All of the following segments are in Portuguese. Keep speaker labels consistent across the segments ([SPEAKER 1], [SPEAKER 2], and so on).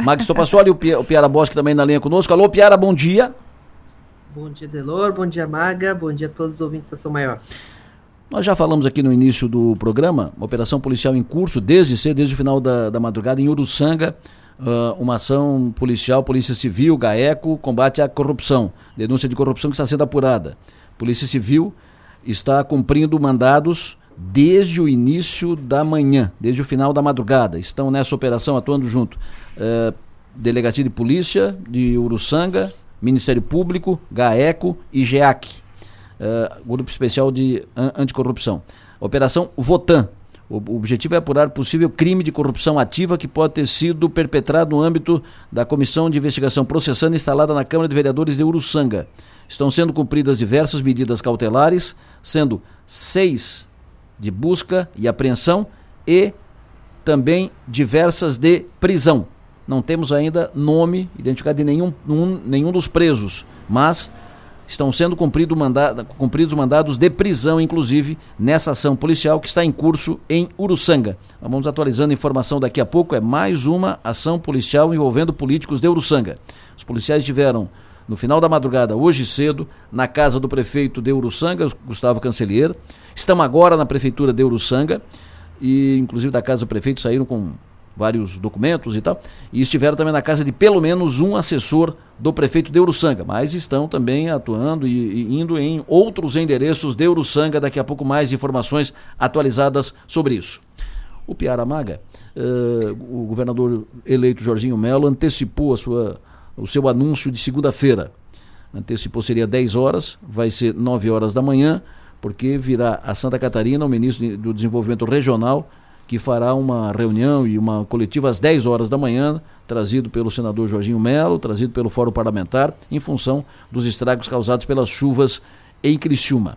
[SPEAKER 1] Maga Estopassoli, o Piara Boschi também na linha conosco. Alô, Piara, bom dia.
[SPEAKER 2] Bom dia, Delor, bom dia, Maga, bom dia a todos os ouvintes da Estação Maior.
[SPEAKER 1] Nós já falamos aqui no início do programa, uma operação policial em curso desde o final da madrugada em Uruçanga, uma ação policial, Polícia Civil, GAECO, combate à corrupção, denúncia de corrupção que está sendo apurada. Polícia Civil está cumprindo mandados desde o início da manhã, desde o final da madrugada. Estão nessa operação atuando junto. Delegacia de Polícia de Uruçanga, Ministério Público, GAECO e GEAC, Grupo Especial de Anticorrupção. Operação Votan. O objetivo é apurar possível crime de corrupção ativa que pode ter sido perpetrado no âmbito da Comissão de Investigação Processando instalada na Câmara de Vereadores de Uruçanga. Estão sendo cumpridas diversas medidas cautelares, sendo 6 de busca e apreensão e também diversas de prisão. Não temos ainda nome identificado de nenhum dos presos, mas estão sendo cumpridos mandados de prisão, inclusive, nessa ação policial que está em curso em Uruçanga. Vamos atualizando a informação daqui a pouco. É mais uma ação policial envolvendo políticos de Uruçanga. Os policiais estiveram no final da madrugada, hoje cedo, na casa do prefeito de Uruçanga, Gustavo Cancelheiro. Estão agora na prefeitura de Uruçanga e, inclusive, da casa do prefeito saíram com vários documentos e tal, e estiveram também na casa de pelo menos um assessor do prefeito de Uruçanga, mas estão também atuando e indo em outros endereços de Uruçanga. Daqui a pouco mais informações atualizadas sobre isso. O Piara Maga, o governador eleito Jorginho Melo antecipou o seu anúncio de segunda-feira. Antecipou, seria 10 horas, vai ser 9 horas da manhã, porque virá a Santa Catarina, o ministro do Desenvolvimento Regional, que fará uma reunião e uma coletiva às 10 horas da manhã, trazido pelo senador Jorginho Melo, trazido pelo Fórum Parlamentar, em função dos estragos causados pelas chuvas em Criciúma.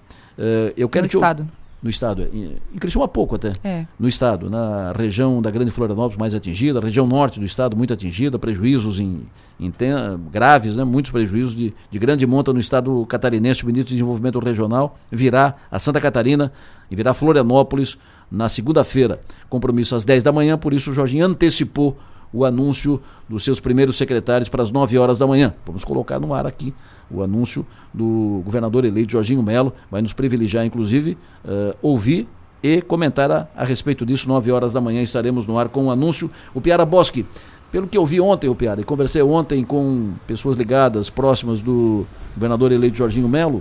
[SPEAKER 1] No estado, em Criciúma há pouco até, no estado, na região da Grande Florianópolis mais atingida, a região norte do estado muito atingida, prejuízos graves, né, muitos prejuízos de grande monta no estado catarinense. O ministro de Desenvolvimento Regional virá a Santa Catarina e virá a Florianópolis na segunda-feira, compromisso às 10 da manhã, por isso o Jorginho antecipou o anúncio dos seus primeiros secretários para as 9 horas da manhã. Vamos colocar no ar aqui o anúncio do governador eleito Jorginho Melo, vai nos privilegiar, inclusive, ouvir e comentar a respeito disso. 9 horas da manhã estaremos no ar com o anúncio. O Piara Boschi, pelo que eu vi ontem, Piara, e conversei ontem com pessoas ligadas, próximas do governador eleito Jorginho Melo,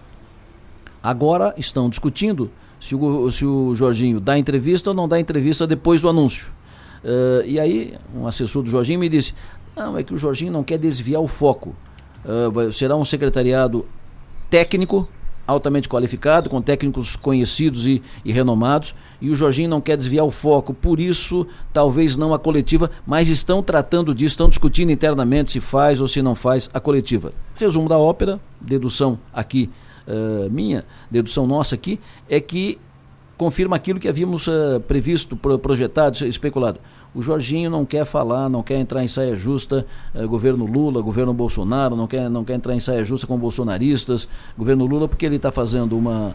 [SPEAKER 1] agora estão discutindo se o Jorginho dá entrevista ou não dá entrevista depois do anúncio. E aí, um assessor do Jorginho me disse, não, é que o Jorginho não quer desviar o foco. Será um secretariado técnico, altamente qualificado, com técnicos conhecidos e renomados, e o Jorginho não quer desviar o foco, por isso talvez não a coletiva, mas estão tratando disso, estão discutindo internamente se faz ou se não faz a coletiva. Resumo da ópera, dedução aqui dedução nossa aqui, é que confirma aquilo que havíamos previsto, projetado, especulado. O Jorginho não quer falar, não quer entrar em saia justa, governo Lula, governo Bolsonaro, não quer entrar em saia justa com bolsonaristas, governo Lula, porque ele está fazendo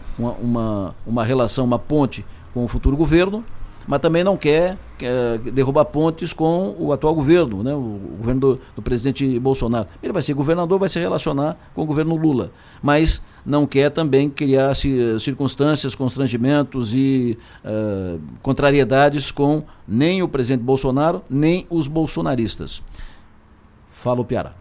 [SPEAKER 1] uma relação, uma ponte com o futuro governo, mas também não quer derrubar pontes com o atual governo, né? O governo do presidente Bolsonaro. Ele vai ser governador, vai se relacionar com o governo Lula, mas não quer também criar circunstâncias, constrangimentos e contrariedades com nem o presidente Bolsonaro, nem os bolsonaristas. Fala, o Piara.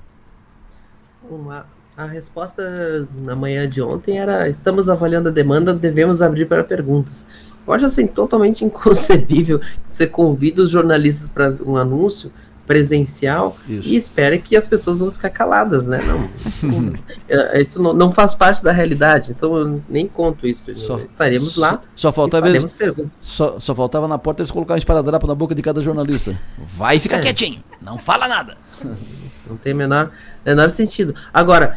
[SPEAKER 2] A resposta na manhã de ontem era: estamos avaliando a demanda, devemos abrir para perguntas. Eu acho assim totalmente inconcebível que você convida os jornalistas para um anúncio presencial. Isso. E espere que as pessoas vão ficar caladas, né? Isso não faz parte da realidade, então eu nem conto isso. Estaremos lá.
[SPEAKER 1] Só faltava na porta eles colocarem um esparadrapo na boca de cada jornalista. Vai ficar quietinho, não fala nada.
[SPEAKER 2] Não tem menor sentido. Agora,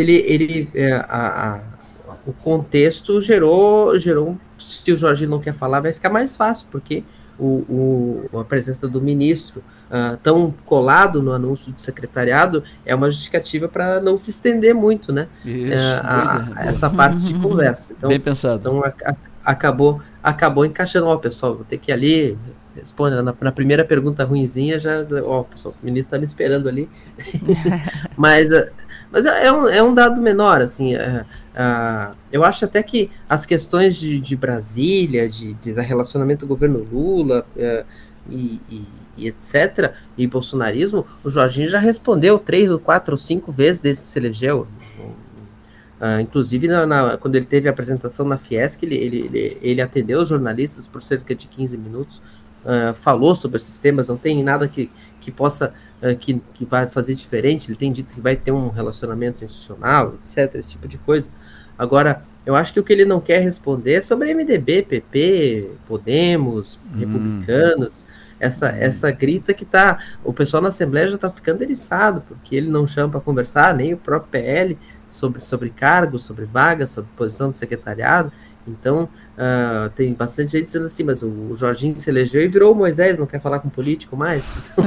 [SPEAKER 2] o contexto gerou se o Jorginho não quer falar, vai ficar mais fácil, porque a presença do ministro tão colado no anúncio do secretariado é uma justificativa para não se estender muito, né? Essa parte de conversa. Então,
[SPEAKER 1] bem pensado.
[SPEAKER 2] Então acabou encaixando, pessoal, vou ter que ir ali responde. Na primeira pergunta ruinzinha, já, pessoal, o ministro está me esperando ali. Mas é um dado menor, assim. Eu acho até que as questões de Brasília, de relacionamento do governo Lula e etc., e bolsonarismo, o Jorginho já respondeu 3 ou 4 ou 5 vezes desde que se elegeu. Inclusive, quando ele teve a apresentação na Fiesc, ele atendeu os jornalistas por cerca de 15 minutos, falou sobre esses temas, não tem nada que possa, que vai fazer diferente. Ele tem dito que vai ter um relacionamento institucional, etc., esse tipo de coisa. Agora, eu acho que o que ele não quer responder é sobre MDB, PP, Podemos, republicanos, essa grita que o pessoal na Assembleia já está ficando eriçado, porque ele não chama para conversar, nem o próprio PL, sobre cargos, sobre vagas, sobre posição do secretariado. Então, tem bastante gente dizendo assim, mas o Jorginho se elegeu e virou o Moisés, não quer falar com político mais.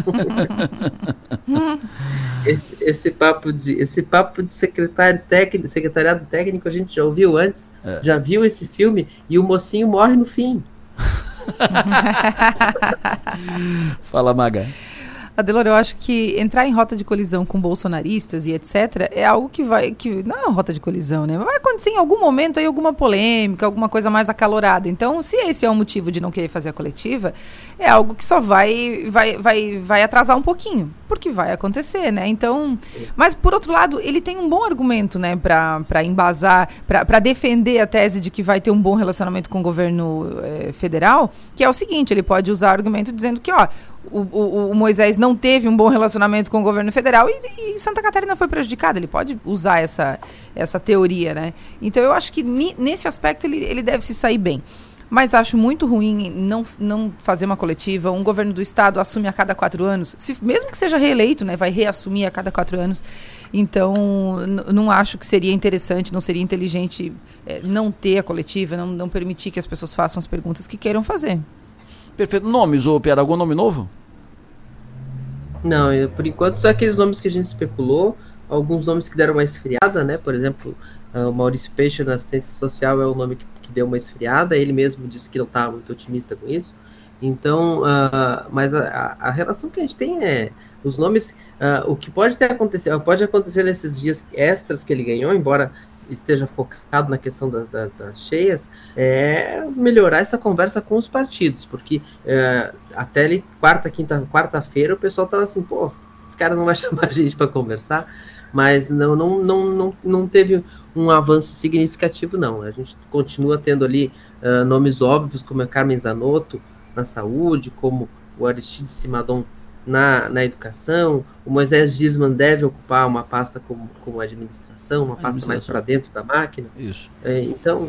[SPEAKER 2] Esse papo de secretariado técnico a gente já ouviu antes, já viu esse filme, e o mocinho morre no fim.
[SPEAKER 1] Fala, Maga.
[SPEAKER 3] Adelor, eu acho que entrar em rota de colisão com bolsonaristas e etc. é algo que não é uma rota de colisão, né? Vai acontecer em algum momento aí alguma polêmica, alguma coisa mais acalorada. Então, se esse é o motivo de não querer fazer a coletiva, é algo que só vai atrasar um pouquinho, porque vai acontecer, né? Então, mas por outro lado, ele tem um bom argumento, né, para embasar, para defender a tese de que vai ter um bom relacionamento com o governo federal, que é o seguinte: ele pode usar o argumento dizendo que, o Moisés não teve um bom relacionamento com o governo federal e Santa Catarina foi prejudicada. Ele pode usar essa teoria, né? Então, eu acho que nesse aspecto ele deve se sair bem. Mas acho muito ruim não fazer uma coletiva. Um governo do estado assume a cada 4 anos. Mesmo que seja reeleito, né, vai reassumir a cada 4 anos. Então, não acho que seria interessante, não seria inteligente não ter a coletiva, não permitir que as pessoas façam as perguntas que queiram fazer.
[SPEAKER 1] Perfeito. Nomes, Pierre, algum nome novo?
[SPEAKER 2] Não, por enquanto só aqueles nomes que a gente especulou, alguns nomes que deram uma esfriada, né? Por exemplo, o Maurício Peixe na assistência social é um nome que deu uma esfriada, ele mesmo disse que não estava muito otimista com isso. Então, mas a relação que a gente tem é os nomes, o que pode acontecer nesses dias extras que ele ganhou, embora esteja focado na questão das cheias, é melhorar essa conversa com os partidos, porque até ali, quarta-feira, o pessoal estava assim, esse cara não vai chamar a gente para conversar, mas não teve um avanço significativo, não. A gente continua tendo ali nomes óbvios, como a Carmen Zanotto na saúde, como o Aristide Simadon na educação. O Moisés Gisman deve ocupar uma pasta como administração, uma pasta mais para dentro da máquina.
[SPEAKER 1] Isso.
[SPEAKER 2] Então,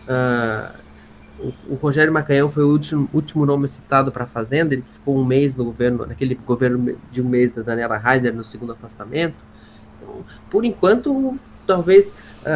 [SPEAKER 2] o Rogério Macanhão foi o último nome citado para a Fazenda. Ele ficou um mês no governo, naquele governo de um mês da Daniela Heider, no segundo afastamento. Então, por enquanto, talvez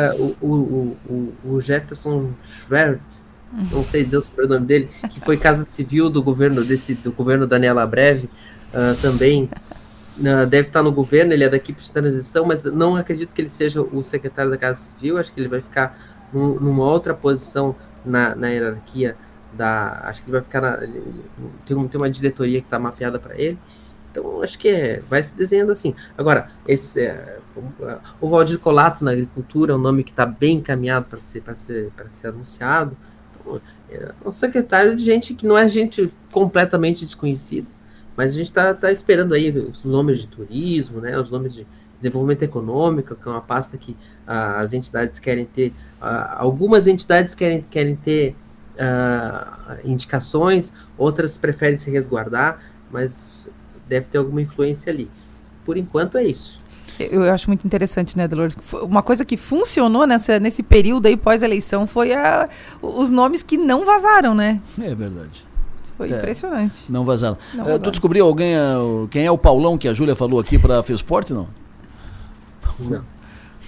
[SPEAKER 2] o Jefferson Schwertz, não sei dizer o sobrenome dele, que foi Casa Civil do governo Daniela Breve, também deve estar no governo. Ele é da equipe de transição, mas não acredito que ele seja o secretário da Casa Civil. Acho que ele vai ficar numa outra posição na hierarquia acho que ele vai ficar tem uma diretoria que está mapeada para ele. Então acho que vai se desenhando assim. Agora, o Valdir Colato na agricultura é um nome que está bem encaminhado para ser anunciado. Então, é um secretário de gente que não é gente completamente desconhecida, mas a gente está esperando aí os nomes de turismo, né, os nomes de desenvolvimento econômico, que é uma pasta que as entidades querem ter. Algumas entidades querem ter indicações, outras preferem se resguardar, mas deve ter alguma influência ali. Por enquanto é isso.
[SPEAKER 3] Eu acho muito interessante, né, Delor? Uma coisa que funcionou nesse período aí pós-eleição foi os nomes que não vazaram, né?
[SPEAKER 1] É verdade.
[SPEAKER 3] Foi impressionante.
[SPEAKER 1] Não vazaram. Tu descobriu alguém, quem é o Paulão que a Júlia falou aqui para a Fesporte, não?
[SPEAKER 2] Não.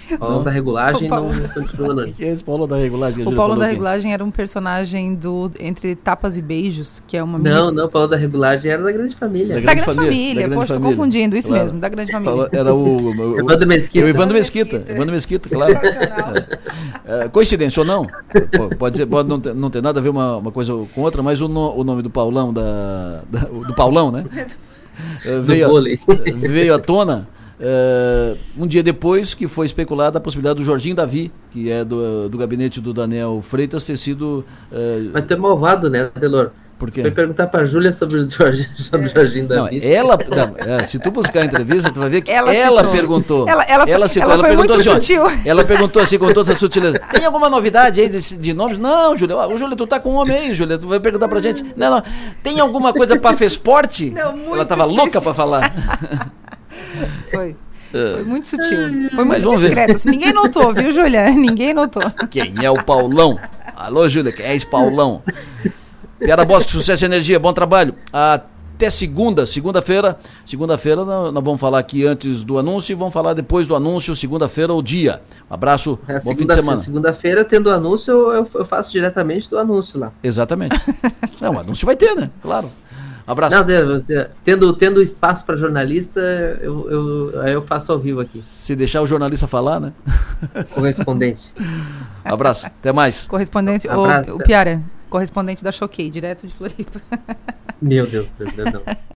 [SPEAKER 2] Paulão da Regulagem não continua, não.
[SPEAKER 1] Que é esse Paulão da Regulagem?
[SPEAKER 3] O Paulão da Regulagem era um personagem do Entre Tapas e Beijos, que é uma
[SPEAKER 2] Não, o Paulão da Regulagem era da Grande Família.
[SPEAKER 3] Da Grande Família, poxa, tô confundindo, isso mesmo, da Grande Família.
[SPEAKER 1] Era o
[SPEAKER 2] Evandro Mesquita.
[SPEAKER 1] O Evandro Mesquita, claro. Coincidência ou não? Pode não ter nada a ver uma coisa com outra, mas o nome do Paulão, do Paulão, né? Veio à tona um dia depois que foi especulada a possibilidade do Jorginho Davi, que é do gabinete do Daniel Freitas, ter sido...
[SPEAKER 2] Mas tu é malvado, né, Delor?
[SPEAKER 1] Por quê?
[SPEAKER 2] Foi perguntar pra Júlia sobre o Jorginho Davi.
[SPEAKER 1] Se tu buscar a entrevista, tu vai ver que
[SPEAKER 3] ela
[SPEAKER 1] perguntou.
[SPEAKER 3] Ela foi muito
[SPEAKER 1] assim,
[SPEAKER 3] sutil.
[SPEAKER 1] Ela perguntou assim com toda a sutileza: tem alguma novidade aí de nomes? Não, Júlia. Júlia, tu tá com um homem aí, Júlia. Tu vai perguntar pra gente. Não. Tem alguma coisa pra Fesporte?
[SPEAKER 3] Não,
[SPEAKER 1] ela tava louca pra falar.
[SPEAKER 3] Foi muito sutil. Foi muito discreto. Assim, ninguém notou, viu, Júlia? Ninguém notou.
[SPEAKER 1] Quem é o Paulão? Alô, Júlia, quem é esse Paulão? Piara Bosque, sucesso e energia, bom trabalho. Até segunda-feira. Segunda-feira nós vamos falar aqui antes do anúncio e vamos falar depois do anúncio, segunda-feira ou dia. Um abraço, bom fim de semana.
[SPEAKER 2] Segunda-feira, tendo anúncio, eu faço diretamente do anúncio lá.
[SPEAKER 1] Exatamente. O anúncio vai ter, né? Claro. Abraço.
[SPEAKER 2] Não, tendo espaço para jornalista, eu faço ao vivo aqui.
[SPEAKER 1] Se deixar o jornalista falar, né?
[SPEAKER 2] Correspondente.
[SPEAKER 1] Abraço, até mais.
[SPEAKER 3] Correspondente, o Piara, correspondente da Choquei, direto de Floripa.
[SPEAKER 2] Meu Deus, não.